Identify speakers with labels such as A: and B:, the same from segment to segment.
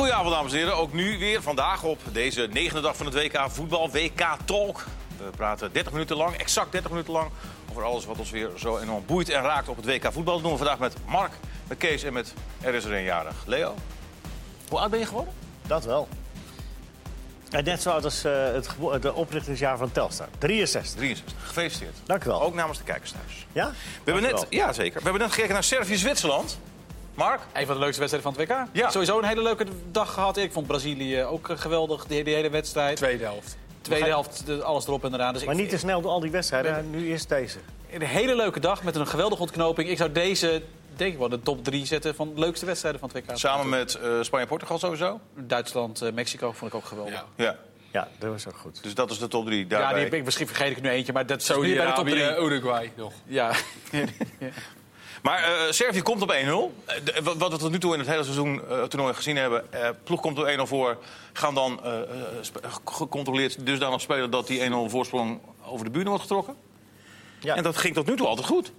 A: Goedenavond, dames en heren. Ook nu weer vandaag op deze 9e dag van het WK Voetbal, WK Talk. We praten 30 minuten lang, exact 30 minuten lang, over alles wat ons weer zo enorm boeit en raakt op het WK Voetbal. Dat doen we vandaag met Mark, met Kees en met er is er een jarig. Leo, hoe oud ben je geworden?
B: Dat wel. Net zo oud als de oprichtingsjaar van Telstar. 63.
A: 63. Gefeliciteerd.
B: Dank u wel.
A: Ook namens de kijkers thuis.
B: Ja?
A: We hebben net, ja, zeker. We hebben net gekeken naar Servië-Zwitserland. Mark?
C: Een van de leukste wedstrijden van het WK.
A: Ja.
C: Sowieso een hele leuke dag gehad. Ik vond Brazilië ook geweldig, die hele wedstrijd. Tweede helft, alles erop en eraan. Dus
B: Maar niet te snel door al die wedstrijden. Nu is deze.
C: Een hele leuke dag met een geweldige ontknoping. Ik zou deze, denk ik wel, de top 3 zetten van de leukste wedstrijden van het WK.
A: Samen met Spanje-Portugal sowieso?
C: Duitsland, Mexico vond ik ook geweldig.
A: Ja.
B: Ja, dat was ook goed.
A: Dus dat is de top 3.
C: Ja,
A: Daarbij.
C: misschien vergeet ik nu eentje, maar dat is nu bij de top 3.
D: Uruguay nog.
C: Ja.
A: Maar Servië komt op 1-0. Wat we tot nu toe in het hele seizoen toernooi gezien hebben. Ploeg komt op 1-0 voor. Gaan dan gecontroleerd dusdanig spelen dat die 1-0 voorsprong over de buren wordt getrokken.
B: Ja.
A: En dat ging tot nu toe altijd goed.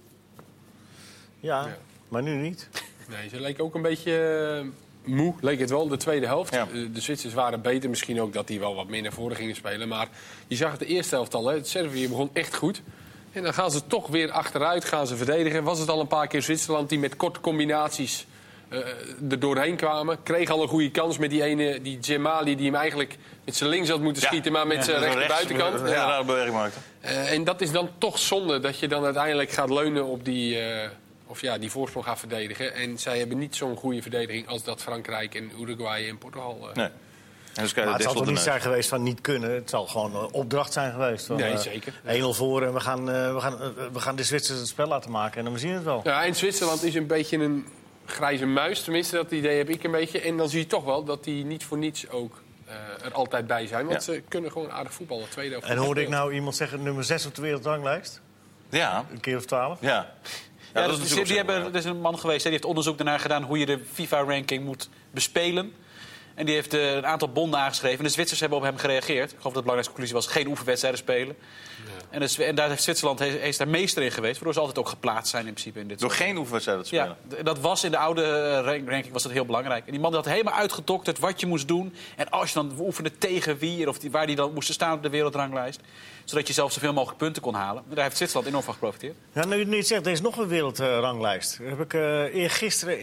B: Ja, maar nu niet.
D: Nee, ze leek ook een beetje moe, leek het wel, de tweede helft.
A: Ja.
D: De Zwitsers waren beter, misschien ook dat die wel wat meer naar voren gingen spelen. Maar je zag het de eerste helft al, hè. Servië begon echt goed. En dan gaan ze toch weer achteruit, gaan ze verdedigen. Was het al een paar keer Zwitserland die met korte combinaties er doorheen kwamen. Kreeg al een goede kans met die ene, die Djemali, die hem eigenlijk met zijn links had moeten schieten, maar met zijn rechterbuitenkant.
A: Een rare beweging maakte.
D: En dat is dan toch zonde dat je dan uiteindelijk gaat leunen op die voorsprong gaat verdedigen. En zij hebben niet zo'n goede verdediging als dat Frankrijk en Uruguay en Portugal.
A: Nee. En dus
B: Maar het zal toch niet zijn geweest van niet kunnen. Het zal gewoon opdracht zijn geweest. Van,
D: Nee, zeker.
B: 1-0 voor en we gaan de Zwitsers het spel laten maken. En dan zien we het wel.
D: Ja, en Zwitserland is een beetje een grijze muis. Tenminste, dat idee heb ik een beetje. En dan zie je toch wel dat die niet voor niets ook er altijd bij zijn. Want ze kunnen gewoon aardig voetballen. Tweede of
B: En hoorde ik nou iemand zeggen nummer 6 op de wereldranglijst?
A: Ja.
B: Een keer of 12?
A: Ja.
C: Ja,
A: dat is natuurlijk
C: er is een man geweest, die heeft onderzoek daarnaar gedaan hoe je de FIFA-ranking moet bespelen. En die heeft een aantal bonden aangeschreven. En de Zwitsers hebben op hem gereageerd. Ik geloof dat de belangrijkste conclusie was geen oefenwedstrijden spelen. Ja. En daar heeft Zwitserland is daar meester in geweest. Waardoor ze altijd ook geplaatst zijn in principe. In dit
A: Door geen oefenwedstrijden te spelen.
C: Ja, dat was in de oude ranking was dat heel belangrijk. En die man had helemaal uitgedokterd wat je moest doen. En als je dan oefende tegen wie, of waar die dan moesten staan op de wereldranglijst. Zodat je zelf zoveel mogelijk punten kon halen. En daar heeft Zwitserland enorm van geprofiteerd.
B: Ja, nu je het zegt, er is nog een wereldranglijst. Dat heb ik eergisteren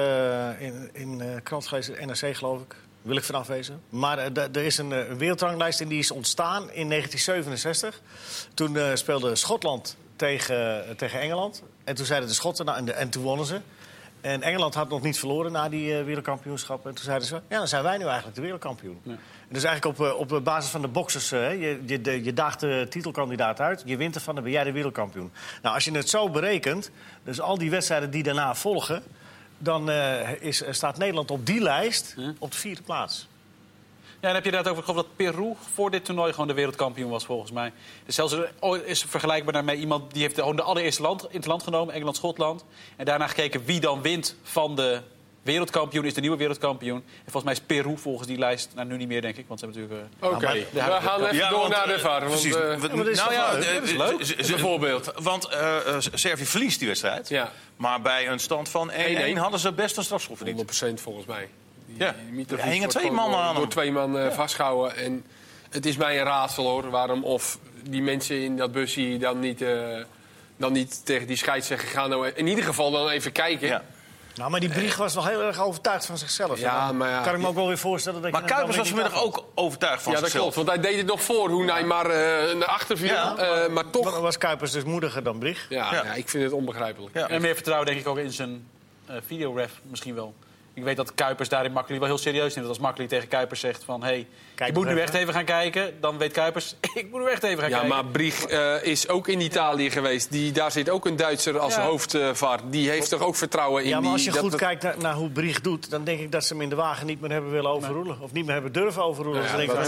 B: in krant gelezen, NRC geloof ik. Wil ik vanaf wezen. Maar er is een wereldranglijst en die is ontstaan in 1967. Toen speelde Schotland tegen Engeland. En toen zeiden de Schotten, en toen wonnen ze. En Engeland had nog niet verloren na die wereldkampioenschap. En toen zeiden ze, ja, dan zijn wij nu eigenlijk de wereldkampioen. Ja. En dus eigenlijk op basis van de boxers, je daagt de titelkandidaat uit. Je wint ervan, dan ben jij de wereldkampioen. Nou, als je het zo berekent, dus al die wedstrijden die daarna volgen, dan staat Nederland op die lijst op de 4e plaats.
C: Ja, en heb je daar over geloof dat Peru voor dit toernooi gewoon de wereldkampioen was, volgens mij. Dus zelfs is vergelijkbaar daarmee iemand die heeft gewoon de allereerste land in het land genomen, Engeland-Schotland. En daarna gekeken wie dan wint van de wereldkampioen, is de nieuwe wereldkampioen. En volgens mij is Peru volgens die lijst, nou nu niet meer denk ik, want ze hebben natuurlijk...
D: Oké, we gaan even door naar de VAR.
A: Precies.
B: dat is
D: leuk. Bijvoorbeeld.
A: Want Servië verliest die wedstrijd.
D: Ja.
A: Maar bij een stand van 1-1 hadden ze best een strafschop verdiend.
D: 100% volgens mij.
A: Ja. Er hingen 2 man aan hem.
D: Door 2 man vastgehouden. En het is mij een raadsel hoor, waarom of die mensen in dat busje dan niet tegen die scheidsrechter gaan. Nou, in ieder geval dan even kijken.
A: Ja.
B: Nou, maar die Brieg was wel heel erg overtuigd van zichzelf.
D: Ja, maar ja,
B: kan ik me ook wel weer voorstellen dat
A: maar Kuipers was vanmiddag ook overtuigd van zichzelf.
D: Ja, dat klopt. Want hij deed het nog voor hoe Neymar naar achter viel.
A: Ja.
D: Maar toch...
B: Dan was Kuipers dus moediger dan Brieg.
D: Ja, ik vind het onbegrijpelijk.
A: Ja.
C: En meer vertrouwen denk ik ook in zijn videoref misschien wel. Ik weet dat Kuipers daarin Makkeli wel heel serieus neemt. Als Makkeli tegen Kuipers zegt van... je moet nu echt even gaan kijken. Dan weet Kuipers, ik moet nu echt even gaan kijken.
D: Ja, maar Brieg is ook in Italië geweest. Daar zit ook een Duitser als hoofdvar. Die heeft toch ook vertrouwen in die...
B: Ja, maar als je goed kijkt naar hoe Brieg doet... dan denk ik dat ze hem in de wagen niet meer hebben willen overroelen. Of niet meer hebben durven overroelen.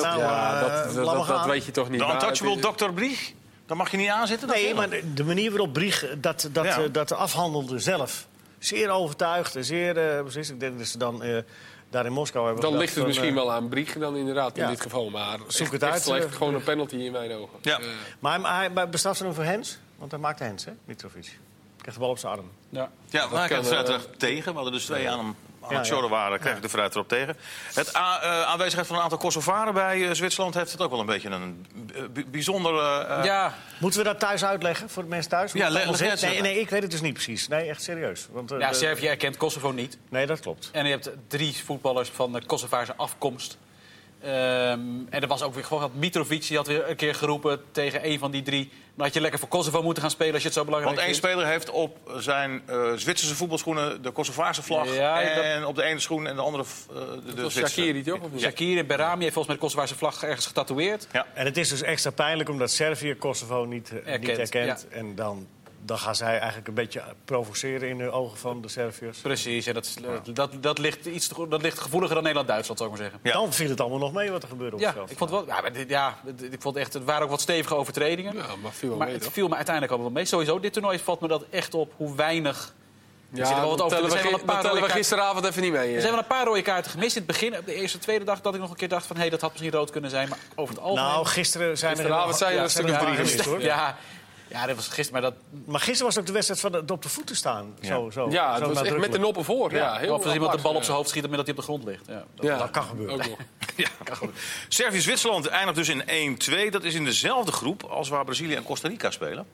D: Dat weet je toch niet.
A: De untouchable Dr. Brieg? Dan mag je niet aanzitten?
B: Nee, maar de manier waarop Brieg dat afhandelde zelf... zeer overtuigd en zeer precies. Ik denk dat ze dan daar in Moskou hebben.
D: Dan ligt het misschien wel aan Brieg dan inderdaad in dit geval. Maar
B: zoek het uit.
D: Echt gewoon een penalty in mijn ogen.
A: Ja.
B: Maar hij bestraft ze nu voor Hens? Want hij maakte Hens, hè? Mitrovic. Krijgt de bal op zijn arm.
C: Ja,
A: Ja, maar hij kan er tegen. We hadden dus 2 aan hem aan het showen waren, kreeg ik de vrijheid erop tegen. Het aanwezigheid van een aantal Kosovaren bij Zwitserland heeft het ook wel een beetje een bijzondere...
B: Moeten we dat thuis uitleggen voor de mensen thuis?
A: Ja,
B: nee, ik weet het dus niet precies. Nee, echt serieus. Want,
C: Servië erkent Kosovo niet.
B: Nee, dat klopt.
C: En je hebt 3 voetballers van de Kosovaarse afkomst. En er was ook weer gewoon dat Mitrovic, die had weer een keer geroepen tegen een van die 3. Dan had je lekker voor Kosovo moeten gaan spelen als je het zo belangrijk
A: Want één
C: vindt.
A: speler heeft op zijn Zwitserse voetbalschoenen de Kosovaarse vlag. En op de ene schoen en de andere de
D: Shaqiri, toch?
C: Shaqiri en Berami heeft volgens mij de Kosovaarse vlag ergens getatoeëerd.
A: Ja.
B: En het is dus extra pijnlijk omdat Servië Kosovo niet erkent.
C: Ja.
B: En dan gaan zij eigenlijk een beetje provoceren in de ogen van de Serviërs.
C: Precies, en dat ligt gevoeliger dan Nederland-Duitsland, zou ik maar zeggen.
A: Ja.
B: Dan viel het allemaal nog mee wat er gebeurde op het veld.
C: Ik vond het wel. Ik vond echt, het waren ook wat stevige overtredingen.
D: Ja, maar
C: Maar het viel me uiteindelijk allemaal mee. Sowieso, dit toernooi valt me dat echt op hoe weinig.
D: Ja, dat tellen we gisteravond even niet mee.
C: Er zijn wel een paar rode kaarten gemist. In het begin, op de eerste, tweede dag, dat ik nog een keer dacht van... dat had misschien rood kunnen zijn, maar over het algemeen...
B: Nou, gisteravond
D: zijn er een stuk of 3 gemist, hoor.
C: Ja, dat was gisteren,
B: maar gisteren was ook de wedstrijd van op de voeten staan.
A: Ja.
B: Zo
D: het was echt met de noppen voor. Ja, heel
C: of als iemand de
D: apart.
C: bal op zijn hoofd schiet, met dat hij op de grond ligt.
B: Dat kan gebeuren.
D: Ook nog.
A: Ja. Servië-Zwitserland eindigt dus in 1-2. Dat is in dezelfde groep als waar Brazilië en Costa Rica spelen.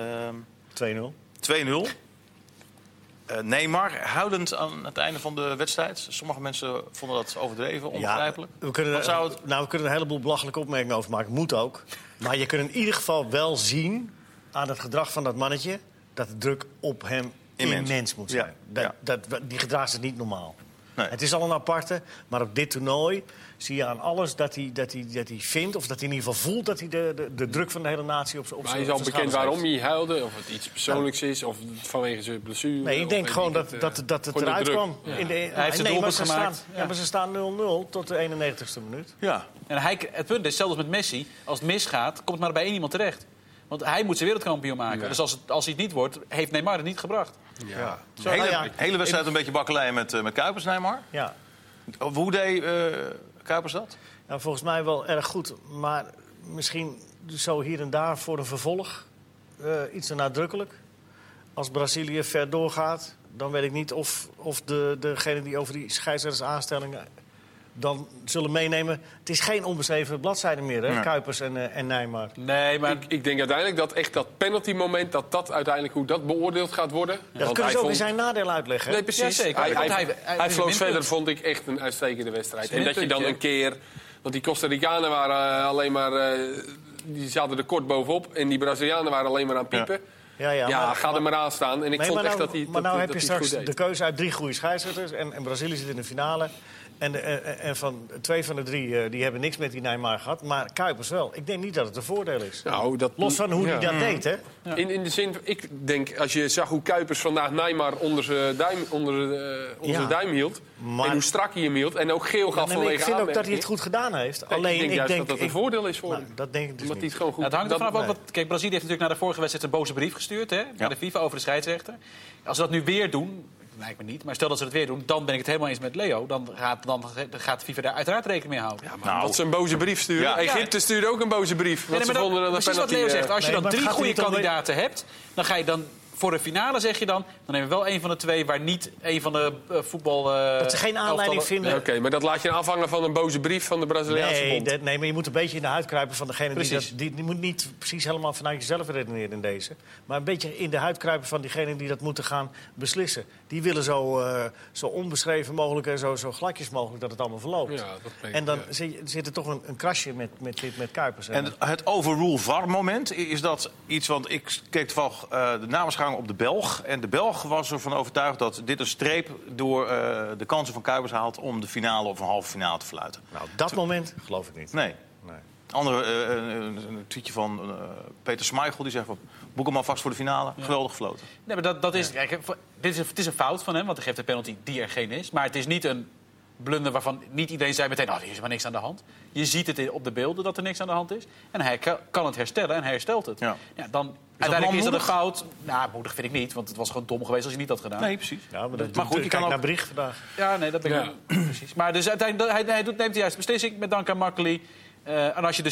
B: 2-0.
A: 2-0. Neymar, huilend aan het einde van de wedstrijd. Sommige mensen vonden dat overdreven, onbegrijpelijk.
B: Ja, we kunnen er een heleboel belachelijke opmerkingen over maken. Moet ook. Maar je kunt in ieder geval wel zien aan het gedrag van dat mannetje... dat de druk op hem immens moet zijn. Die gedraagt zich niet normaal.
A: Nee.
B: Het is al een aparte, maar op dit toernooi zie je aan alles dat hij vindt... of dat hij in ieder geval voelt dat hij de druk van de hele natie op zijn
D: Maar is al bekend waarom hij huilde? Of het iets persoonlijks is? Of vanwege zijn blessure?
B: Nee, ik denk gewoon dat het eruit kwam.
C: Ja. Hij heeft het doelpunt gemaakt.
B: Maar ze staan 0-0 tot de 91ste minuut.
A: Ja.
C: En het punt is, zelfs met Messi, als het misgaat... komt het maar bij één iemand terecht. Want hij moet zijn wereldkampioen maken. Ja. Dus als hij het niet wordt, heeft Neymar het niet gebracht.
A: Ja. Hele wedstrijd een beetje bakkeleien met Kuipers, Neymar.
B: Ja.
A: Hoe deed Kuipers dat?
B: Nou, volgens mij wel erg goed. Maar misschien zo hier en daar voor een vervolg iets te nadrukkelijk. Als Brazilië ver doorgaat, dan weet ik niet of degene die over die scheidsrechtersaanstellingen dan zullen meenemen. Het is geen onbeschreven bladzijde meer, hè? Ja. Kuipers en Neymar.
C: Nee, maar
D: ik denk uiteindelijk dat echt dat penalty-moment... dat uiteindelijk hoe dat beoordeeld gaat worden.
B: Ja, dat kunnen ze ook in zijn nadeel uitleggen.
D: Nee, precies.
C: Ja,
D: hij vloog verder, vond ik echt een uitstekende wedstrijd. En dat je dan een keer... Want die Costa Ricanen waren alleen maar... die zaten er kort bovenop. En die Brazilianen waren alleen maar aan piepen. Ja, ga er maar aan staan. En ik vond echt dat hij...
B: Maar nou heb je straks de keuze uit 3 goede scheidsrechters. En Brazilië zit in de finale. En van 2 van de 3 die hebben niks met die Neymar gehad. Maar Kuipers wel. Ik denk niet dat het een voordeel is.
D: Nou,
B: los van hoe hij dat deed, hè?
D: Ja. In de zin, ik denk, als je zag hoe Kuipers vandaag Neymar onder zijn duim hield... Maar, en hoe strak hij hem hield en ook geel gaf vanwege
B: Ik vind ook dat hij het goed gedaan heeft.
D: Nee, alleen, ik denk dat dat een voordeel is voor hem.
B: Dat denk ik dus niet.
D: Het gewoon goed,
C: het hangt er vanaf ook. Kijk, Brazilië heeft natuurlijk naar de vorige wedstrijd een boze brief gestuurd. Hè, naar de FIFA over de scheidsrechter. Als ze dat nu weer doen... Lijkt me niet, maar stel dat ze het weer doen, dan ben ik het helemaal eens met Leo. Dan gaat de FIFA daar uiteraard rekening mee houden.
D: Ja, maar dat ze een boze brief sturen. Ja. Egypte stuurde ook een boze brief.
C: Precies wat Leo zegt. Als je dan 3 goede kandidaten hebt, dan ga je dan... Voor de finale zeg je dan nemen we wel een van de 2 waar niet een van de voetbal...
B: dat ze geen aanleiding vinden.
D: Nee, Oké, maar dat laat je afhangen van een boze brief van de Braziliaanse bond.
B: Nee, maar je moet een beetje in de huid kruipen van degene die moet niet precies helemaal vanuit jezelf redeneren in deze. Maar een beetje in de huid kruipen van diegenen die dat moeten gaan beslissen. Die willen zo onbeschreven mogelijk en zo gladjes mogelijk dat het allemaal verloopt. Ja, en dan zit er toch een krasje met Kuipers.
A: En het overrule VAR-moment, is dat iets... Want ik keek toevallig de namensgang op de Belg. En de Belg was ervan overtuigd dat dit een streep door de kansen van Kuipers haalt... om de finale of een halve finale te fluiten.
B: Nou, dat moment geloof ik niet.
A: Nee. Andere, een tweetje van Peter Schmeichel, die zegt van... boek hem alvast voor de finale. Ja. Geweldig gefloten.
C: Nee, maar dat is... Kijk, het is een fout van hem, want hij geeft een penalty die er geen is. Maar het is niet een blunder waarvan niet iedereen zei meteen... er is maar niks aan de hand. Je ziet het op de beelden dat er niks aan de hand is. En hij kan het herstellen en hij herstelt het. Ja. Dan... Uiteindelijk is dat een fout. Nou, moedig vind ik niet, want het was gewoon dom geweest als je niet had gedaan.
A: Nee, precies.
B: Ja, maar goed, je kan ook naar Brig vandaag.
C: Ja, nee, dat ben ik precies. Maar dus uiteindelijk neemt hij juist beslissing met dank aan Makkely. En als je dus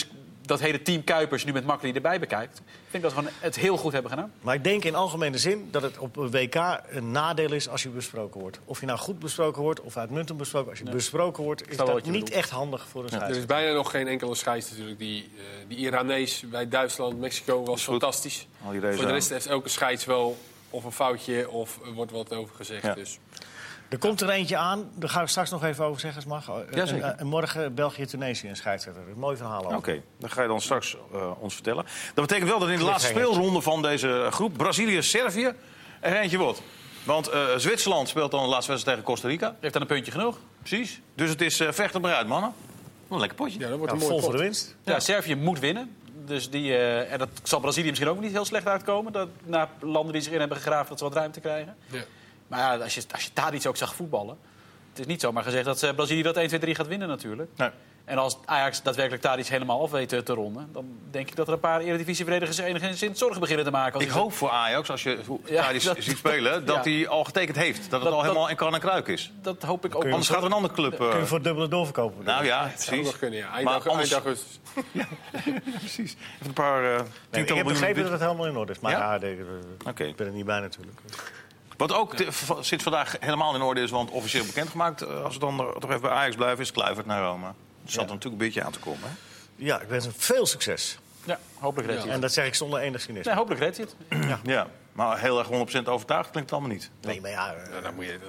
C: dat hele team Kuipers nu met Makkeli erbij bekijkt... vind ik dat ze gewoon het heel goed hebben gedaan.
B: Maar ik denk in algemene zin dat het op een WK een nadeel is als je besproken wordt. Of je nou goed besproken wordt of uitmuntend besproken. Als je besproken wordt, is
C: wel
B: dat
C: wat je
B: niet
C: bedoelt.
B: echt handig voor een
D: Er is
B: scheidsrechter.
D: bijna nog geen enkele scheids natuurlijk. Die Iranees bij Duitsland, Mexico was fantastisch.
A: Al die races
D: Voor de
A: aan.
D: rest heeft elke scheids wel of een foutje of er wordt wat over gezegd.
A: Ja.
D: Dus.
B: Er komt er eentje aan, daar gaan we straks nog even over zeggen, als het mag.
A: Jazeker.
B: En morgen België-Tunesië een scheidsrechter. Een mooi verhaal over.
A: Oké, dat ga je dan straks ons vertellen. Dat betekent wel dat in de laatste speelronde van deze groep... Brazilië-Servië er eentje wordt. Want Zwitserland speelt dan de laatste wedstrijd tegen Costa Rica.
C: Heeft dan een puntje genoeg.
A: Precies. Dus het is vechten maar uit, mannen. Wat een lekker potje.
D: Ja, dat wordt
B: Ja,
D: een mooi
B: vol voor
D: pot.
B: de winst.
C: Ja, Servië moet winnen. Dus en dat zal Brazilië misschien ook niet heel slecht uitkomen. Dat, na landen die zich in hebben gegraven, dat ze wat ruimte krijgen.
D: Ja.
C: Maar ja, als je Tadic ook zag voetballen... Het is niet zomaar gezegd dat Brazilië dat 1, 2, 3 gaat winnen natuurlijk.
A: Nee.
C: En als Ajax daadwerkelijk Tadic helemaal af weet te ronden... dan denk ik dat er een paar Eredivisie-verdedigers zich enigszins zorgen beginnen te maken. Als
A: Ik
C: die-
A: hoop voor Ajax, als je
C: Ja,
A: Tadic
C: dat-
A: ziet spelen... dat
C: Ja.
A: hij al getekend heeft. Dat het
C: Dat-
A: al helemaal in kan en kruik is.
C: Dat hoop ik ook.
B: je-
A: Anders gaat er een andere club...
B: Kun je voor dubbele doorverkopen.
A: nou ja,
D: Dat zou
A: precies.
D: nog kunnen, ja. Eind,
A: Maar
D: eind
A: anders-
D: augustus.
A: Precies. Even een paar
B: Nee, ik
A: tientallen
B: heb begrepen
A: miljoen.
B: dat het helemaal in orde is. Maar
A: Ja?
B: ja,
A: Oké.
B: ik ben er niet bij natuurlijk.
A: Wat ook sinds vandaag helemaal in orde is, want officieel bekendgemaakt... als we dan toch even bij Ajax blijven, is Kluivert naar Rome. Dat zat er natuurlijk een beetje aan te komen. Hè?
B: Ja, ik wens hem veel succes.
C: Ja, hopelijk redt hij
B: En
C: het.
B: dat zeg ik zonder enig cynisme.
C: Nee, hopelijk redt hij het.
A: Ja, maar heel erg 100% overtuigd klinkt het allemaal niet.
B: Nee, maar ja...
D: Ja, dan moet je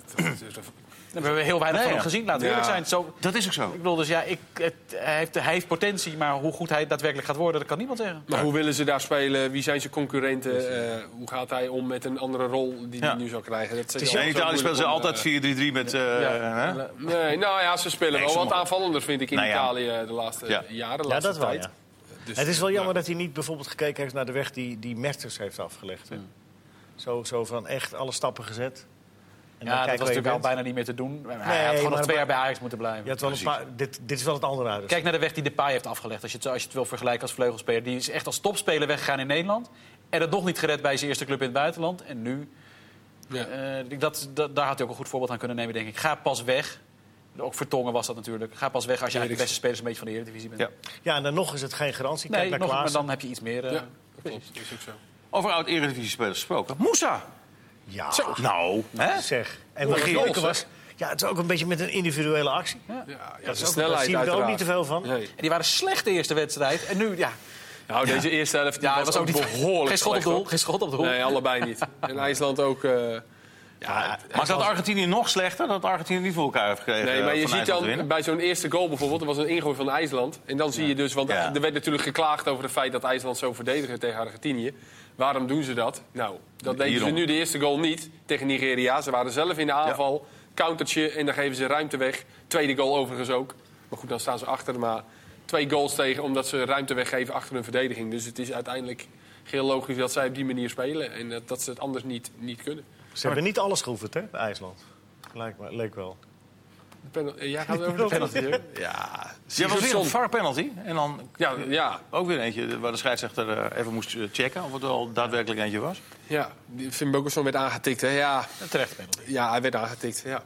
C: We hebben heel weinig
A: Nee,
C: van hem
A: ja.
C: gezien, laten we
D: Ja.
C: eerlijk zijn. Zo,
A: Dat is ook zo.
C: ik bedoel, dus ja, hij heeft potentie, maar hoe goed hij daadwerkelijk gaat worden, dat kan niemand zeggen.
D: Maar hoe willen ze daar spelen? Wie zijn zijn concurrenten? Hoe gaat hij om met een andere rol die
A: Ja.
D: hij nu zal krijgen? Dat is
A: In Italië spelen ze altijd 4-3-3 met... hè?
D: Nee, nou ja, ze spelen wel wat
A: sommige-
D: aanvallender, vind ik, in
A: Nou ja.
D: Italië de laatste
A: Ja.
D: jaren, de
B: Ja,
D: laatste
B: dat wel,
D: tijd.
B: ja.
D: Dus,
B: Het is wel jammer dat hij niet bijvoorbeeld gekeken heeft naar de weg die Mertens heeft afgelegd. Hè? Zo van echt alle stappen gezet. En dan
C: Ja, dat
B: kijken
C: was
B: waar je
C: natuurlijk al
B: bent.
C: bijna niet meer te doen. Hij
B: Nee,
C: had gewoon nog
B: maar-
C: 2 jaar bij Ajax moeten blijven.
B: Je had wel een paar, dit is wel het andere uit.
C: Kijk naar de weg die Depay heeft afgelegd. Als je het wil vergelijken als vleugelspeler. Die is echt als topspeler weggegaan in Nederland. En dat nog niet gered bij zijn eerste club in het buitenland. En nu,
D: Ja.
C: daar had hij ook een goed voorbeeld aan kunnen nemen, denk ik. Ga pas weg. Ook Vertongen was dat natuurlijk. Ga pas weg als je eigenlijk de beste spelers een beetje van de Eredivisie bent.
A: Ja.
B: Ja, en dan nog is het geen garantie. Kijk
C: Nee,
B: naar
C: nog, maar
B: Klaassen.
C: dan heb je iets meer.
D: Ja, dat klopt. Dat is ook zo.
A: Over oud-Eredivisie-spelers gesproken. Moussa!
B: Ja,
A: Nou, hè?
B: zeg. En wat het
A: Goals,
B: leuke
A: hè?
B: was... Ja, het is ook een beetje met een individuele actie.
D: Ja,
B: Dat
D: de
B: is ook,
D: snelheid
B: daar zien we er ook
D: uiteraard.
B: niet te veel van.
D: Nee.
C: En die waren slecht de eerste wedstrijd. En nu, ja.
D: Nou, deze eerste helft die
C: Ja,
D: was
C: was ook
D: ook
C: niet
D: behoorlijk
C: geen schot op
D: slecht,
C: doel.
D: hoor.
C: Geen schot op doel.
D: Nee, allebei niet. En IJsland ook...
A: Maar zat Argentinië nog slechter? Dat Argentinië niet voor elkaar heeft gekregen
D: Nee, maar je
A: van
D: ziet
A: IJsland te
D: dan
A: winnen?
D: bij zo'n eerste goal bijvoorbeeld, er was een ingooi van IJsland. En dan zie je dus, want
A: Ja.
D: er werd natuurlijk geklaagd over het feit dat IJsland zo verdedigde tegen Argentinië. Waarom doen ze dat? Nou, dat deden ze
A: Hierom.
D: nu de eerste goal niet tegen Nigeria. Ze waren zelf in de aanval, countertje en dan geven ze ruimte weg. Tweede goal overigens ook. Maar goed, dan staan ze achter. Maar 2 goals tegen omdat ze ruimte weggeven achter hun verdediging. Dus het is uiteindelijk heel logisch dat zij op die manier spelen. En dat ze het anders niet kunnen.
B: Ze hebben niet alles geoefend, hè, IJsland. Leek wel.
D: Jij gaat het over de penalty, hè?
A: Ja, ja, was weer een VAR penalty. En dan
D: Ja,
A: ook weer eentje waar de scheidsrechter even moest checken of het wel daadwerkelijk eentje was.
D: ja. Finn Bogason werd aangetikt, hè? Ja,
C: Een terechte penalty.
D: ja, hij werd aangetikt, ja.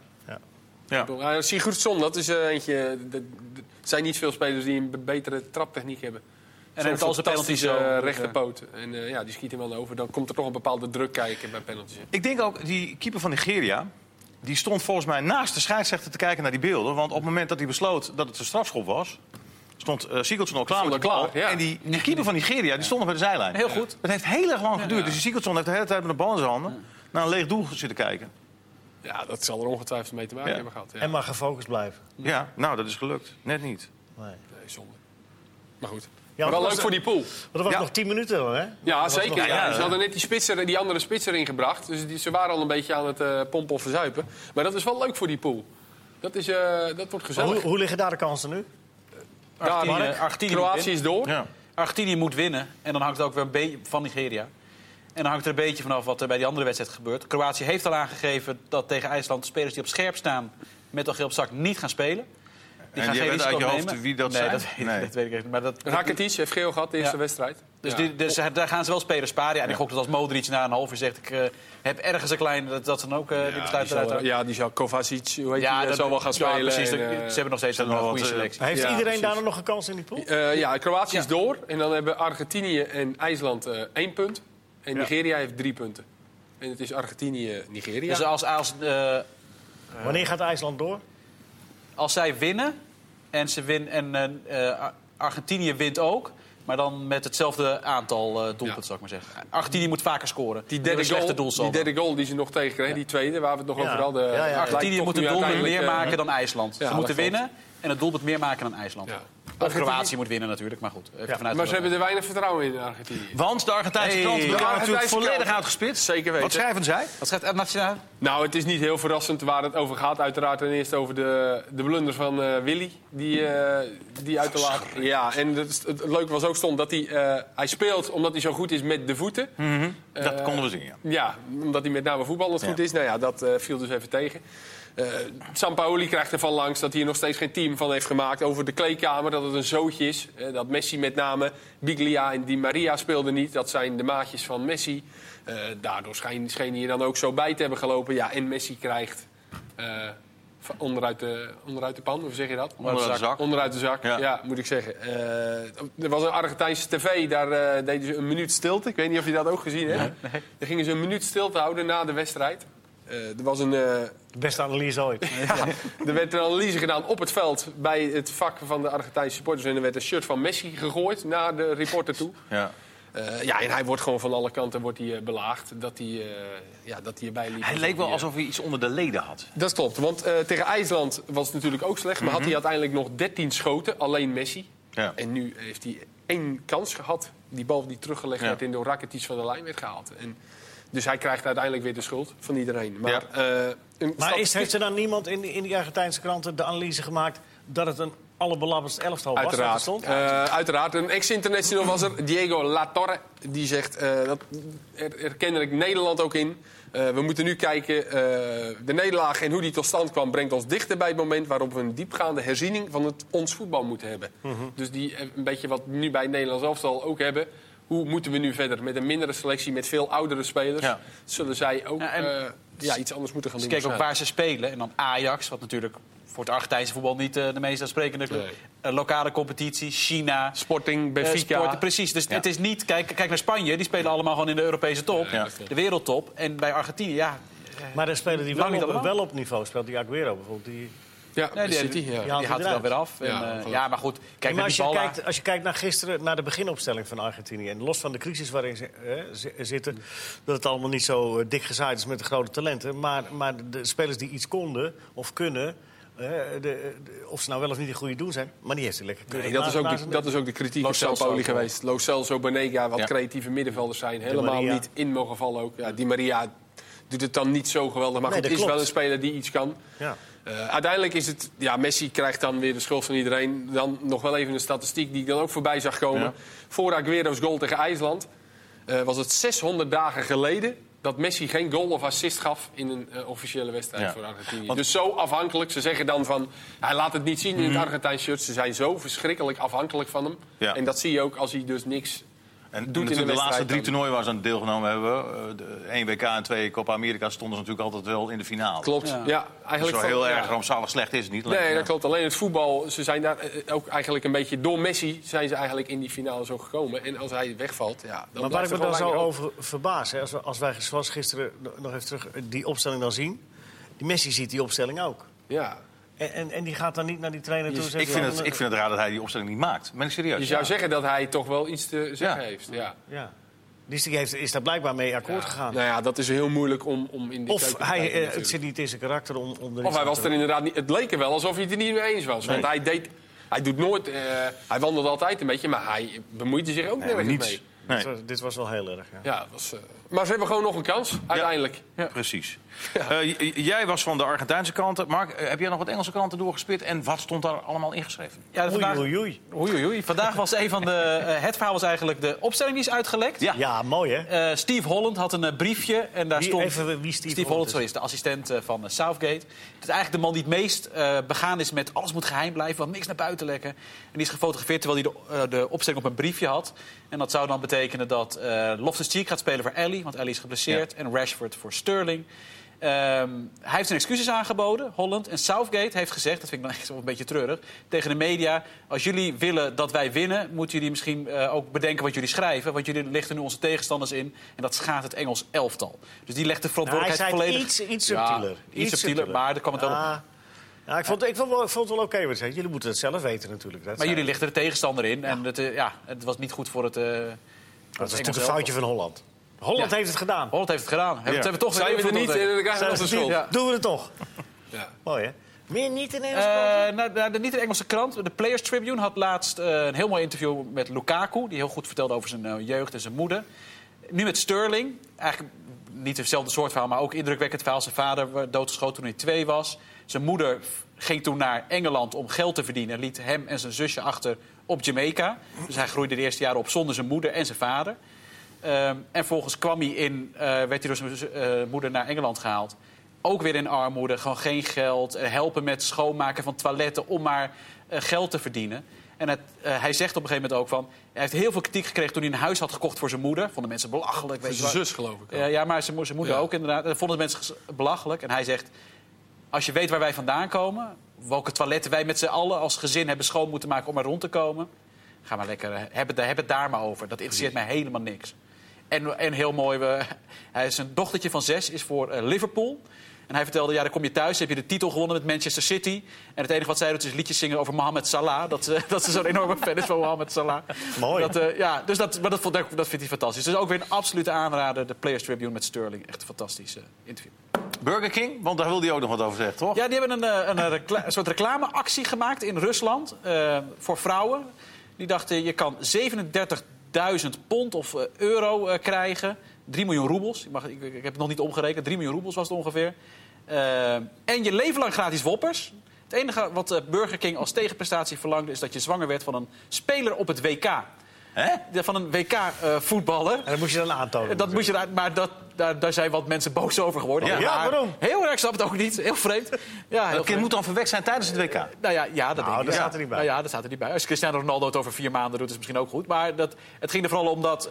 A: Ja.
D: Sigurdsson, dat is eentje... Er zijn niet veel spelers die een betere traptechniek hebben.
C: En
D: Zo'n
C: heeft al zijn penalties
D: fantastische
C: zo.
D: rechterpoot. En ja, die schiet hem wel over. Dan komt er toch een bepaalde druk kijken bij penalties.
A: Ik denk ook, die keeper van Nigeria... die stond volgens mij naast de scheidsrechter te kijken naar die beelden. Want op het moment dat hij besloot dat het een strafschop was... stond Sigurdsson al klaar
D: Stond
A: met de
D: al
A: bal.
D: klaar, ja.
A: En die keeper van Nigeria die stond nog bij de zijlijn.
C: Heel goed.
A: Dat heeft heel erg lang geduurd. Dus die Sigurdsson heeft de hele tijd met de bal in zijn handen... naar een leeg doel zitten kijken.
D: Ja, dat zal er ongetwijfeld mee te maken hebben gehad. Ja.
B: En maar gefocust blijven.
A: Ja, nou, dat is gelukt. Net niet.
B: Nee.
D: Nee, zonde. Maar goed.
B: Ja,
D: Maar wel
B: was
D: leuk voor die pool.
B: Want er was
A: Ja.
B: nog 10 minuten, hoor, hè?
D: Ja,
B: was
D: zeker.
B: nog-
D: Ja. Ze hadden net die andere spits erin gebracht. Dus ze waren al een beetje aan het pompen of verzuipen. Maar dat is wel leuk voor die pool. Dat wordt
B: Maar
D: gezellig.
B: hoe liggen daar de kansen nu?
C: Argentinië moet
D: Kroatië
C: winnen.
D: is door.
A: Ja.
C: Argentinië moet winnen. En dan hangt het ook weer een beetje van Nigeria. En dan hangt er een beetje vanaf wat er bij die andere wedstrijd gebeurt. Kroatië heeft al aangegeven dat tegen IJsland de spelers die op scherp staan... met al geel op zak niet gaan spelen. Die
A: En
C: gaan
A: je
C: geen
A: weet
C: risico
A: uit je hoofd
C: nemen.
A: wie dat
C: nee,
A: zijn?
C: Dat weet ik echt niet. Maar dat
D: Rakitic heeft geel gehad de eerste
C: Ja.
D: wedstrijd.
C: Dus daar gaan ze wel spelers sparen. Ja, en ik gok dat als Modric na een half uur zegt... ik heb ergens een klein... dat ze dan ook die besluit eruit houden.
D: die zal Kovacic, zal wel gaan spelen.
C: Precies, ze hebben nog steeds een goede selectie.
B: Heeft iedereen daar nog een kans in die pool?
D: Kroatië is door. En dan hebben Argentinië en IJsland 1 punt. En Nigeria heeft 3 punten. En het is Argentinië-Nigeria.
C: Dus
B: Wanneer gaat IJsland door?
C: Als zij winnen en Argentinië wint ook... maar dan met hetzelfde aantal doelpunten, zou ik maar zeggen. Argentinië moet vaker scoren.
D: Die derde goal die ze nog tegenkregen, die tweede, waar we het nog over hadden...
C: Argentinië moet een doelpunt meer maken dan IJsland. Ze moeten winnen en het doelpunt meer maken dan IJsland. Ja. Of Kroatië moet winnen natuurlijk, maar goed.
D: Maar ze hebben er weinig vertrouwen in Argentinië.
A: Want de Argentijnse kranten waren natuurlijk volledig uitgespitst.
D: Zeker weten.
A: Wat schrijven zij?
C: Wat schrijft Nationaal?
D: Nou, het is niet heel verrassend waar het over gaat. Uiteraard ten eerste over de blunder van Willy. Die uit de laag... Ja, en het leuke was ook stond dat hij speelt omdat hij zo goed is met de voeten.
A: Dat konden we zien, ja.
D: Ja, omdat hij met name voetballend goed is. Nou ja, dat viel dus even tegen. Sampaoli krijgt ervan langs dat hij er nog steeds geen team van heeft gemaakt. Over de kleedkamer, dat het een zootje is. Dat Messi met name, Biglia en Di Maria speelden niet. Dat zijn de maatjes van Messi. Daardoor scheen hij dan ook zo bij te hebben gelopen. Ja, en Messi krijgt onderuit de pan, hoe zeg je dat? Onderuit de zak, ja moet ik zeggen. Er was een Argentijnse tv, daar deden ze een minuut stilte. Ik weet niet of je dat ook gezien hebt. Nee. Daar gingen ze een minuut stilte houden na de wedstrijd. Er was de
B: beste analyse ooit.
D: Er werd een analyse gedaan op het veld bij het vak van de Argentijnse supporters. En er werd een shirt van Messi gegooid naar de reporter toe.
A: Ja.
D: En hij wordt gewoon van alle kanten belaagd dat hij erbij liep.
A: Hij leek wel alsof hij iets onder de leden had.
D: Dat klopt, want tegen IJsland was het natuurlijk ook slecht. Maar had hij uiteindelijk nog 13 schoten, alleen Messi. Ja. En nu heeft hij 1 kans gehad. Die bal die teruggelegd werd en door Rakitic van de lijn werd gehaald. Dus hij krijgt uiteindelijk weer de schuld van iedereen. Maar,
B: heeft er dan niemand in die Argentijnse kranten de analyse gemaakt dat het een allerbelabberdste elftal was?
D: Uiteraard. Een ex-international was er, Diego Latorre. Die zegt, dat kennelijk Nederland ook in. We moeten nu kijken, de nederlaag en hoe die tot stand kwam... brengt ons dichter bij het moment waarop we een diepgaande herziening van ons voetbal moeten hebben. Dus een beetje wat we nu bij het Nederlands elftal ook hebben... Hoe moeten we nu verder? Met een mindere selectie, met veel oudere spelers... zullen zij ook iets anders moeten gaan doen.
C: Dus kijk ook waar ze spelen. En dan Ajax, wat natuurlijk voor het Argentijnse voetbal niet de meest aansprekende club. Lokale competitie, China.
D: Sporting, Benfica.
C: Precies, dus het is niet... Kijk naar Spanje, die spelen allemaal gewoon in de Europese top. De wereldtop. En bij Argentinië,
B: Maar dan spelen die wel op niveau. Speelt die Aguero bijvoorbeeld, die
C: City. Die haalt het wel weer af. Maar goed, kijk naar die ballen.
B: Als je kijkt naar gisteren, naar de beginopstelling van Argentinië... en los van de crisis waarin ze zitten... dat het allemaal niet zo dik gezaaid is met de grote talenten... maar de spelers die iets konden of kunnen... of ze nou wel of niet een goede doen zijn, maar die heeft hij lekker.
D: Dat is ook de kritiek op Sampaoli geweest. Lo Celso, Banega, wat creatieve middenvelders zijn. Helemaal niet in mogen vallen ook. Ja, Di Maria doet het dan niet zo geweldig, maar het is wel een speler die iets kan. Ja. Uiteindelijk is het... Messi krijgt dan weer de schuld van iedereen. Dan nog wel even een statistiek die ik dan ook voorbij zag komen. Ja. Voor Aguero's goal tegen IJsland was het 600 dagen geleden... dat Messi geen goal of assist gaf in een officiële wedstrijd voor Argentinië. Dus zo afhankelijk. Ze zeggen dan van... Hij laat het niet zien in het Argentijnse shirt. Ze zijn zo verschrikkelijk afhankelijk van hem. Ja. En dat zie je ook als hij dus niks...
A: En de laatste 3 toernooien waar ze aan deelgenomen hebben... 1 WK en 2 Copa America... stonden ze natuurlijk altijd wel in de finale.
D: Klopt,
A: eigenlijk zo heel erg rampzalig slecht is het niet.
D: Nee, dat klopt. Alleen het voetbal... Ze zijn daar ook eigenlijk een beetje... Door Messi zijn ze eigenlijk in die finale zo gekomen. En als hij wegvalt, dan
B: maar waar ik me dan zo over verbaas... als wij zoals gisteren nog even terug die opstelling dan zien... Die Messi ziet die opstelling ook.
D: Ja.
B: En die gaat dan niet naar die trainer toe zeggen...
A: Ik vind het raar dat hij die opstelling niet maakt. Ben ik serieus?
D: Je zou zeggen dat hij toch wel iets te zeggen heeft. Ja.
B: Dus die is daar blijkbaar mee akkoord gegaan.
D: Nou ja, dat is heel moeilijk om in die
B: Of het zit niet in zijn karakter om
D: of hij was er inderdaad niet... Het leek er wel alsof hij het er niet mee eens was. Nee. Want hij doet nooit... hij wandelt altijd een beetje, maar hij bemoeide zich ook nergens mee.
B: Nee. Dit was wel heel erg.
D: Maar ze hebben gewoon nog een kans, uiteindelijk.
A: Ja, precies. Ja. Jij was van de Argentijnse kant. Mark, heb jij nog wat Engelse kranten doorgespit? En wat stond daar allemaal ingeschreven?
C: Ja, vandaag was een van de... het verhaal was eigenlijk de opstelling die is uitgelekt.
B: Ja mooi hè?
C: Steve Holland had een briefje en daar stond...
B: Wie
C: Steve Holland is de assistent van Southgate. Het is eigenlijk de man die het meest begaan is met... alles moet geheim blijven, want niks naar buiten lekken. En die is gefotografeerd terwijl hij de opstelling op een briefje had. En dat zou dan betekenen betekenen dat Loftus-Cheek gaat spelen voor Alli, want Alli is geblesseerd. En Rashford voor Sterling. Hij heeft zijn excuses aangeboden, Holland. En Southgate heeft gezegd, dat vind ik dan echt wel een beetje treurig, tegen de media: als jullie willen dat wij winnen, moeten jullie misschien ook bedenken wat jullie schrijven. Want jullie lichten nu onze tegenstanders in. En dat schaadt het Engels elftal. Dus die legt de verantwoordelijkheid volledig...
B: Iets subtieler.
C: Ja, iets subtieler, maar daar kwam het wel op.
B: Ja, ik vond het wel oké. Jullie moeten het zelf weten natuurlijk.
C: Maar jullie lichten de tegenstander in. Ja. En het was niet goed voor het...
B: dat is natuurlijk een foutje van Holland. Holland heeft het gedaan.
C: Holland heeft het gedaan. Hebben we toch
D: Zijn we er niet en dan krijgen we nog de schuld.
B: Ja. Doen we het toch.
D: Ja.
B: Mooi, hè? Meer niet in Engels?
C: Niet de Engelse krant. De Players Tribune had laatst een heel mooi interview met Lukaku, die heel goed vertelde over zijn jeugd en zijn moeder. Nu met Sterling. Eigenlijk niet hetzelfde soort verhaal, maar ook indrukwekkend verhaal. Zijn vader werd doodgeschoten toen hij 2 was. Zijn moeder ging toen naar Engeland om geld te verdienen. En liet hem en zijn zusje achter op Jamaica. Dus hij groeide de eerste jaren op zonder zijn moeder en zijn vader. En volgens kwam hij werd hij door zijn moeder naar Engeland gehaald. Ook weer in armoede, gewoon geen geld. Helpen met schoonmaken van toiletten om maar geld te verdienen. En hij zegt op een gegeven moment ook van... Hij heeft heel veel kritiek gekregen toen hij een huis had gekocht voor zijn moeder. Vonden mensen belachelijk.
D: Voor zijn zus, geloof ik.
C: Ja, maar zijn moeder ook inderdaad. Dat vonden mensen belachelijk. En hij zegt... Als je weet waar wij vandaan komen... welke toiletten wij met z'n allen als gezin hebben schoon moeten maken om er rond te komen... ga maar lekker, heb het daar maar over. Dat interesseert mij helemaal niks. En heel mooi, zijn dochtertje van 6 is voor Liverpool... En hij vertelde, dan kom je thuis, heb je de titel gewonnen met Manchester City. En het enige wat zij doet is liedjes zingen over Mohamed Salah. Dat ze zo'n enorme fan is van Mohamed Salah.
B: Mooi.
C: Dat vindt hij fantastisch. Dus ook weer een absolute aanrader, de Players Tribune met Sterling. Echt een fantastisch interview.
A: Burger King, want daar wilde hij ook nog wat over zeggen, toch?
C: Ja, die hebben een soort reclameactie gemaakt in Rusland voor vrouwen. Die dachten, je kan 37.000 pond of euro krijgen... 3 miljoen roebels. Ik heb het nog niet omgerekend. 3 miljoen roebels was het ongeveer. En je leven lang gratis woppers. Het enige wat Burger King als tegenprestatie verlangde... is dat je zwanger werd van een speler op het WK.
A: Hè?
C: Van een WK-voetballer.
B: En dat moest je dan aantonen.
C: Maar daar zijn wat mensen boos over geworden.
B: Ja, waarom?
C: Heel erg, snap het ook niet. Heel vreemd. Ja,
A: Dat kind moet dan verwekt zijn tijdens het WK.
C: Nou ja, dat denk ik.
B: Dat staat er niet bij.
C: Nou ja, dat staat er niet bij. Als Cristiano Ronaldo het over 4 maanden doet, is het misschien ook goed. Maar het ging er vooral om dat,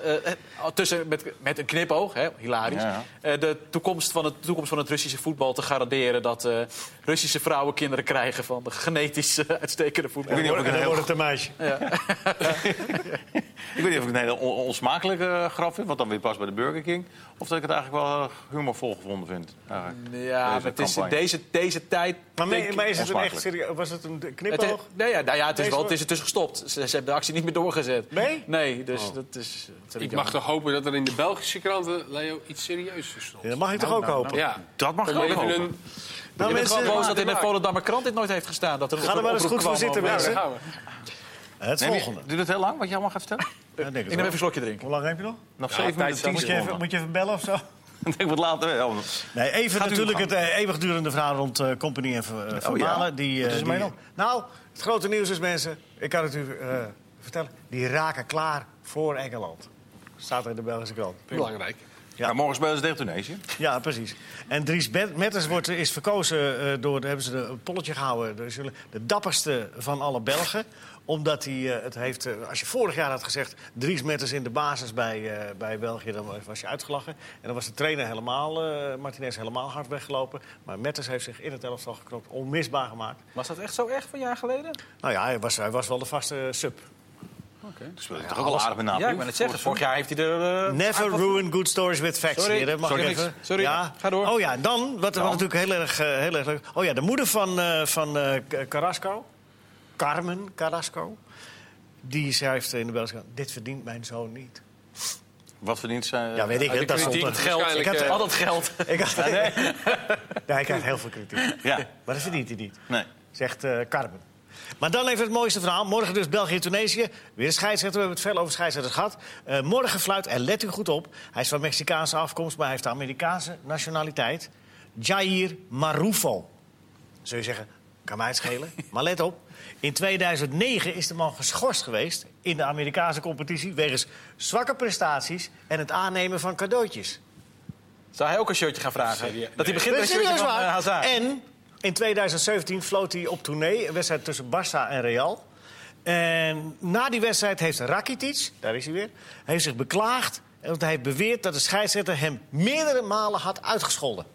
C: met een knipoog, hilarisch... de toekomst van het Russische voetbal te garanderen... dat Russische vrouwen kinderen krijgen van de genetisch uitstekende voetbal.
B: Ik weet niet of ik een heel... een meisje.
C: Ja.
A: Ik weet niet of ik het een hele onsmakelijke grap vind, wat dan weer past bij de Burger King. Of dat ik het eigenlijk wel humorvol gevonden vind.
C: Ja, maar het is deze tijd...
B: Maar is het een echt serieus? Was het een knipoog?
C: Het is tussen gestopt. Ze hebben de actie niet meer doorgezet.
B: Nee?
C: Nee, dus dat is...
D: Ik mag toch hopen dat er in de Belgische kranten, Leo, iets serieus stond.
B: Ja, dat mag ik toch ook hopen?
D: Ja,
A: dat mag ik ook hopen.
C: Ik ben gewoon boos dat in de Volendammer krant dit nooit heeft gestaan.
B: Ga er maar eens goed voor zitten, mensen. Het volgende.
A: Duurt het heel lang, wat je allemaal gaat vertellen?
B: Ik
C: neem even een slokje drinken.
B: Hoe lang heb je nog?
A: Nog 7 minuten, 10 seconden.
B: Moet je even bellen of zo?
A: Ik denk wat later.
B: Nee, even
A: Gaat
B: natuurlijk het eeuwigdurende verhaal rond Compagnie en Vermalen.
A: Wat is er mee dan?
B: Nou, het grote nieuws is, mensen, ik kan het u vertellen... die raken klaar voor Engeland. Staat er in de Belgische krant.
D: Belangrijk.
A: Ja, morgen spelen ze tegen Tunesië.
B: Ja, precies. En Dries Mertens is verkozen door... hebben ze een polletje gehouden. De dapperste van alle Belgen. Omdat hij het heeft... als je vorig jaar had gezegd... Dries Mertens in de basis bij België... dan was je uitgelachen. En dan was de trainer Martinez helemaal hard weggelopen. Maar Mertens heeft zich in het elftal geknopt. Onmisbaar gemaakt.
C: Was dat echt zo erg van een jaar geleden?
B: Nou ja, hij was wel de vaste sub.
C: Okay.
A: Dus speel je toch ook wel aardig met Napoli?
C: Ja, ik ben het zeggen. Vorig jaar heeft hij er...
B: Never ruin good stories with facts.
C: Sorry,
B: Mag ik even?
C: Sorry,
B: ja.
C: Ga door.
B: Oh ja, dan, wat natuurlijk heel erg leuk... Oh ja, de moeder van Carrasco, Carmen Carrasco... die schrijft in de Belgische krant... dit verdient mijn zoon niet.
A: Wat verdient zij?
B: Ja, weet ik het. Dat stond er.
C: Geld. Ik heb altijd geld.
B: Hij krijgt heel veel kritiek.
A: Ja.
B: Maar dat verdient hij niet.
A: Nee.
B: Zegt Carmen. Maar dan even het mooiste verhaal. Morgen dus België-Tunesië. Weer een scheidsrechter. We hebben het veel over scheidsrechters gehad. Morgen fluit, en let u goed op... hij is van Mexicaanse afkomst, maar hij heeft de Amerikaanse nationaliteit. Jair Marufo. Zul je zeggen, kan mij het schelen. Maar let op. In 2009 is de man geschorst geweest in de Amerikaanse competitie... wegens zwakke prestaties en het aannemen van cadeautjes.
C: Zou hij ook een shirtje gaan vragen? Dat hij begint met een shirtje van Hazard.
B: En in 2017 floot hij op tournee... een wedstrijd tussen Barça en Real. En na die wedstrijd heeft Rakitic, daar is hij weer, heeft zich beklaagd. Want hij heeft beweerd dat de scheidsrechter hem meerdere malen had uitgescholden.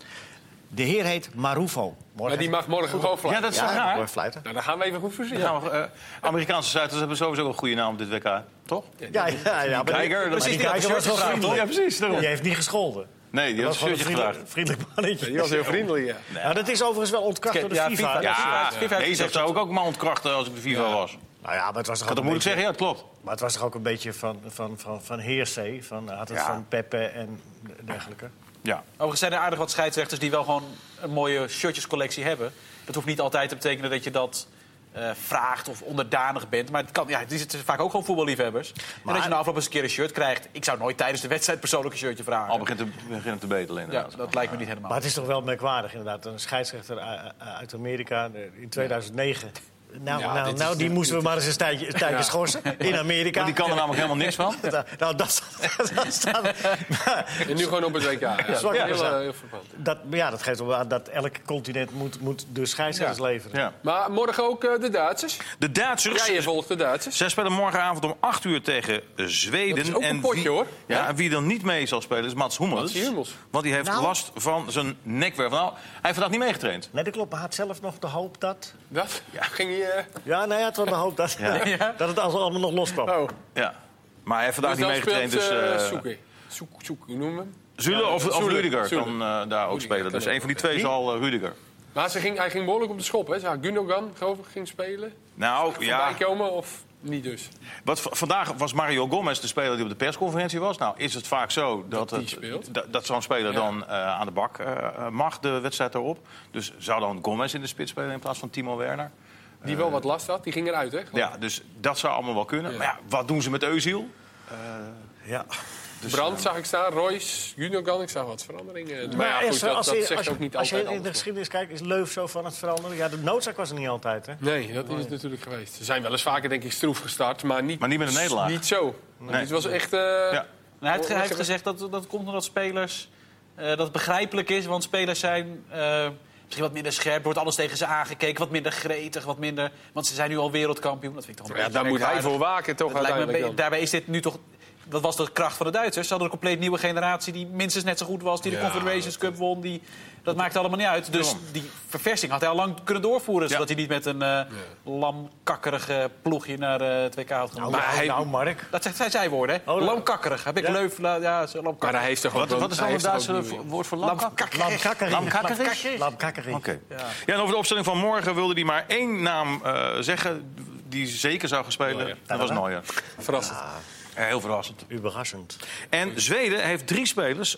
B: De heer heet Marufo.
D: Maar die mag morgen gewoon fluiten.
A: Ja, dat is toch
B: Ja,
A: raar?
B: fluiten.
D: Nou, dan gaan we even goed voorzien.
A: Ja, maar, Amerikaanse scheidsrechters hebben sowieso een goede naam op dit WK, toch?
B: Ja, maar
A: Kijker,
B: precies,
A: die
B: die
A: had
B: kijker was wel vriendelijk.
A: Ja, precies. Daarom.
B: Die heeft niet gescholden.
A: Nee, die
B: Dat
A: had
B: was
A: een
B: gewoon een
A: shirtje gevraagd.
B: vriendelijk mannetje.
D: Die was heel vriendelijk, ja.
B: Nou, dat is overigens wel ontkracht door de
C: Ja,
B: FIFA.
C: FIFA.
A: Ja,
C: FIFA heeft
A: nee, dat
C: gezegd
A: zou ik ook maar ontkrachten als ik de FIFA was.
B: Nou ja, maar het was toch
A: Ik had
B: ook
A: toch
B: een
A: moeilijk
B: beetje,
A: zeggen? Ja, het klopt.
B: maar het was toch ook een beetje van heersee. Had het
A: Ja.
B: van Pepe en dergelijke.
A: Ja.
C: Overigens zijn er aardig wat scheidsrechters die wel gewoon een mooie shirtjescollectie hebben. Dat hoeft niet altijd te betekenen dat je dat vraagt of onderdanig bent. Maar het is vaak ook gewoon voetballiefhebbers. En dat je na afloop eens een keer een shirt krijgt. Ik zou nooit tijdens de wedstrijd persoonlijk een shirtje vragen.
A: Al begint te betelen
C: Ja,
A: inderdaad.
C: dat lijkt me niet helemaal.
B: Maar het is toch wel merkwaardig inderdaad. Een scheidsrechter uit Amerika in 2009. Die moesten we maar eens een tijdje schorsen. In Amerika.
A: Want die kan er namelijk helemaal niks van.
B: Nou, dat staat...
D: En nu gewoon op het WK. Ja.
B: Zwak
D: Heel,
B: gezegd.
D: heel verpand.
B: dat geeft wel aan dat elk continent moet de scheidsrechters leveren.
A: Ja.
D: Maar morgen ook de Duitsers.
A: De Duitsers.
D: Ja, je volgt de Duitsers.
A: Zij spelen morgenavond om 8 uur tegen Zweden.
D: Dat is ook een potje, hoor.
A: Ja, en wie dan niet mee zal spelen is Mats Hummels.
D: Mats Hummels.
A: Want die heeft last van zijn nekwervel. Nou, hij heeft vandaag niet meegetraind.
B: Nee, dat klopt. Maar hij had zelf nog de hoop dat...
D: Dat? Ging hij...
B: Ja, nee, hij had wel de hoop dat, dat het allemaal nog loskwam.
D: Oh.
A: Ja. Maar hij heeft vandaag
D: Dus
A: niet
D: dan
A: meegetraind.
D: speelt
A: Dus
D: Zoek, hoe noemen we hem?
A: Zule of
D: Zule.
A: Rudiger
D: Zule.
A: kan daar ook
D: Rudiger
A: spelen. Dus
D: kan
A: een van die
D: ook.
A: twee zal Rudiger.
D: Maar hij ging behoorlijk op de schop, hè? Zou Gundogan, geloof ik, ging spelen?
A: Nou, ja.
D: Voorbij komen of niet dus?
A: Vandaag was Mario Gomez de speler die op de persconferentie was. Nou, is het vaak zo dat zo'n speler dan aan de bak mag, de wedstrijd erop. Dus zou dan Gomez in de spits spelen in plaats van Timo Werner?
D: Die wel wat last had, die ging eruit, hè?
A: Ja, dus dat zou allemaal wel kunnen.
D: Ja.
A: Maar ja, wat doen ze met Özil?
B: Ja.
D: Brandt zag ik staan, Royce, Gundogan, ik zag wat veranderingen. Maar ja,
B: eerst,
D: goed, dat zegt ook niet
B: als je
D: altijd
B: in de
D: alles.
B: geschiedenis kijkt, is Leuf zo van het veranderen. Ja, de noodzaak was er niet altijd, hè?
D: Nee, dat is het natuurlijk geweest. Ze zijn wel eens vaker, denk ik, stroef gestart, maar niet
A: Maar niet met een nederlaag.
D: Niet zo.
A: Nee.
D: Het was echt...
A: Ja.
C: Nou, hij heeft gezegd dat komt omdat spelers... dat het begrijpelijk is, want spelers zijn... misschien wat minder scherp, wordt alles tegen ze aangekeken. Wat minder gretig, wat minder... Want ze zijn nu al wereldkampioen. Dat vind ik toch een
D: Ja,
C: beetje
D: daar moet hij
C: merkwaardig.
D: voor waken, toch,
C: Dat lijkt me
D: uiteindelijk dan.
C: daarbij is dit nu toch... Dat was de kracht van de Duitsers. Ze hadden een compleet nieuwe generatie die minstens net zo goed was. Die de
D: Ja,
C: Confederations Cup won. Dat maakte allemaal niet uit. Dus die verversing had hij al lang kunnen doorvoeren. Zodat hij niet met een lamkakkerige ploegje naar het WK had genomen.
B: Nou, Mark.
C: Dat zijn zij woorden, hè? Lamkakkerig. Heb ik leuf... Ja, zo lamkakkerig.
D: Maar hij heeft toch ook
A: Wat is dan het Duitse woord voor
B: Lamkakkerig. Lamkakkerig.
A: Oké. Ja, en over de opstelling van morgen wilde hij maar één naam zeggen die zeker zou gaan spelen.
D: Neuer.
A: Dat was Neuer.
D: Verrassend.
A: Heel verrassend.
B: Überrassend.
A: En Zweden heeft 3 spelers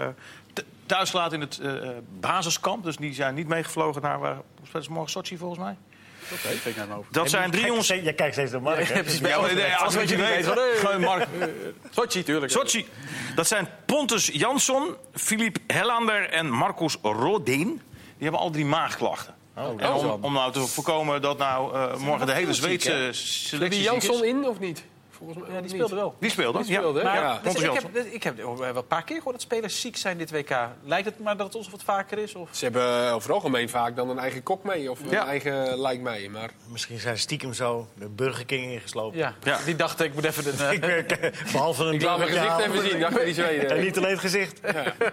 A: thuis gelaten in het basiskamp. Dus die zijn niet meegevlogen naar waar spelen ze morgen Sochi volgens mij.
C: Oké, vind ik naar mijn hoofd.
A: Dat zijn 3 jongens.
B: Je kijkt steeds naar Mark, hè?
A: Ja, alles wat je weet. Gewoon Mark.
C: Sochi, tuurlijk.
A: Sochi. Dat zijn Pontus Jansson, Filip Hellander en Marcus Rodin. Die hebben al 3 maagklachten. En om nou te voorkomen dat morgen de hele Zweedse selectie
D: Die
A: ziek is.
D: Jansson in of niet? Volgens mij
C: Ja, die speelde wel.
A: Die speelde,
D: Die speelde,
A: ja.
D: hè?
C: Maar
D: Ja.
A: Pontus
C: ik heb wel een paar keer gehoord dat spelers ziek zijn dit WK. Lijkt het maar dat het alsof het vaker is? Of?
D: Ze hebben over het algemeen vaak dan een eigen kok mee. Of
A: Ja.
D: een eigen lijkt mij. Maar
B: Misschien zijn ze stiekem zo de Burger King ingeslopen.
C: Ja,
A: Ja.
C: die dacht ik moet even...
B: Behalve een
D: ik laat mijn
B: burgertje
D: gezicht
B: halen.
D: even zien. Dacht die Zweden.
B: En niet alleen het gezicht.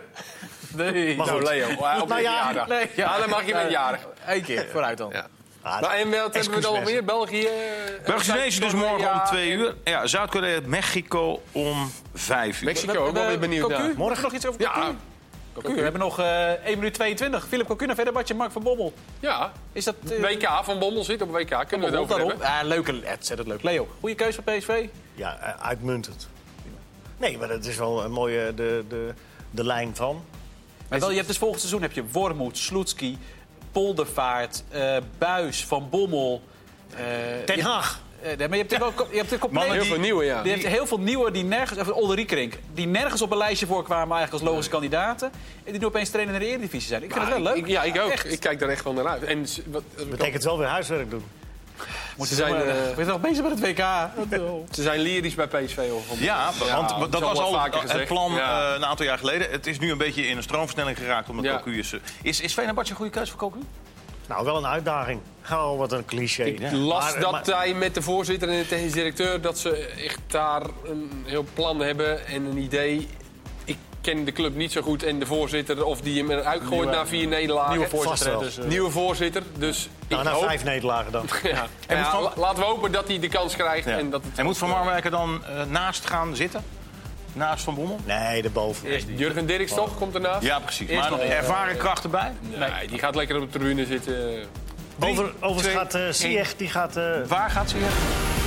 C: Nee.
B: Maar
D: Nou,
B: goed.
D: Leo. Op
B: Nou
D: je
B: ja,
D: verjaardag.
C: nee,
D: Ja, dan mag je met jarig.
C: Eén keer, vooruit dan.
D: Ja.
B: Ah,
D: Maar en wat hebben we dan nog meer? België?
A: Belgisch-Tunesië dus morgen om 2 uur. Ja, Zuid-Korea, Mexico om 5 uur.
D: Mexico, ik ben wel weer benieuwd
C: Cocu?
D: naar.
C: Morgen nog iets over Cocu?
D: Ja,
C: Cocu. We hebben nog 1 minuut 22. Philip Cocu naar Fenerbahce, Mark van Bommel.
D: ja.
C: Is dat...
D: WK van Bommel zit op WK. Kunnen we het over hebben?
C: Ontzettend leuk. Leo, goede keuze van PSV?
B: Ja, uitmuntend. Nee, maar dat is wel een mooie de lijn van.
C: Maar wel, je hebt dus volgend seizoen heb je Wormoed, Sloetski, Poldervaart, Buis, Van Bommel.
B: Ten Haag.
C: Nee, maar je hebt je hebt een compleet...
D: Heel veel nieuwe, ja.
C: Je hebt heel veel nieuwe die nergens... Of Olderiekrink, die nergens op een lijstje voorkwamen eigenlijk als logische kandidaten. En die nu opeens trainer in de Eredivisie zijn. Ik vind het wel leuk.
D: Ja, ik ook.
C: Echt.
D: Ik kijk daar echt wel naar uit. En
B: Dat betekent wel weer huiswerk doen.
D: ze zijn,
C: We zijn nog bezig met het WK.
D: ze zijn lyrisch bij PSV.
A: Ja, want
D: dat
A: dat
D: is al
A: was
D: wel
A: al
D: vaker
A: het
D: gezegd.
A: plan
D: Ja.
A: een aantal jaar geleden. Het is nu een beetje in een stroomversnelling geraakt omdat
D: Ja.
A: Cocu is... Is Fenerbahce een goede keuze voor Cocu?
B: Nou, wel een uitdaging. Oh, wat een cliché.
D: Ik
B: hè?
D: las
B: Maar-
D: dat hij met de voorzitter en de technisch directeur... dat ze echt daar een heel plan hebben en een idee. Ik ken de club niet zo goed en de voorzitter... of die hem eruit gooit na 4 nederlagen.
C: Nieuwe
B: Vast
C: voorzitter.
B: wel.
C: Dus,
D: Nieuwe voorzitter, dus
B: Nou,
D: ik
B: na
D: hoop...
B: 5 nederlagen dan.
D: Ja.
A: En
D: Ja,
A: moet van-
D: laten we hopen dat hij de kans krijgt.
A: Ja.
D: En, dat het
A: En moet Van Marwijk dan naast gaan zitten? Naast Van Bommel?
B: Nee, daarboven.
D: Eerst Jurgen Dirks toch, komt ernaast?
A: Ja, precies.
D: Eerst
A: Maar
D: nog-
A: ervaren krachten bij?
D: Nee, die gaat lekker op de tribune zitten.
B: Overigens gaat Ziyech, die gaat...
A: Waar gaat ze hier?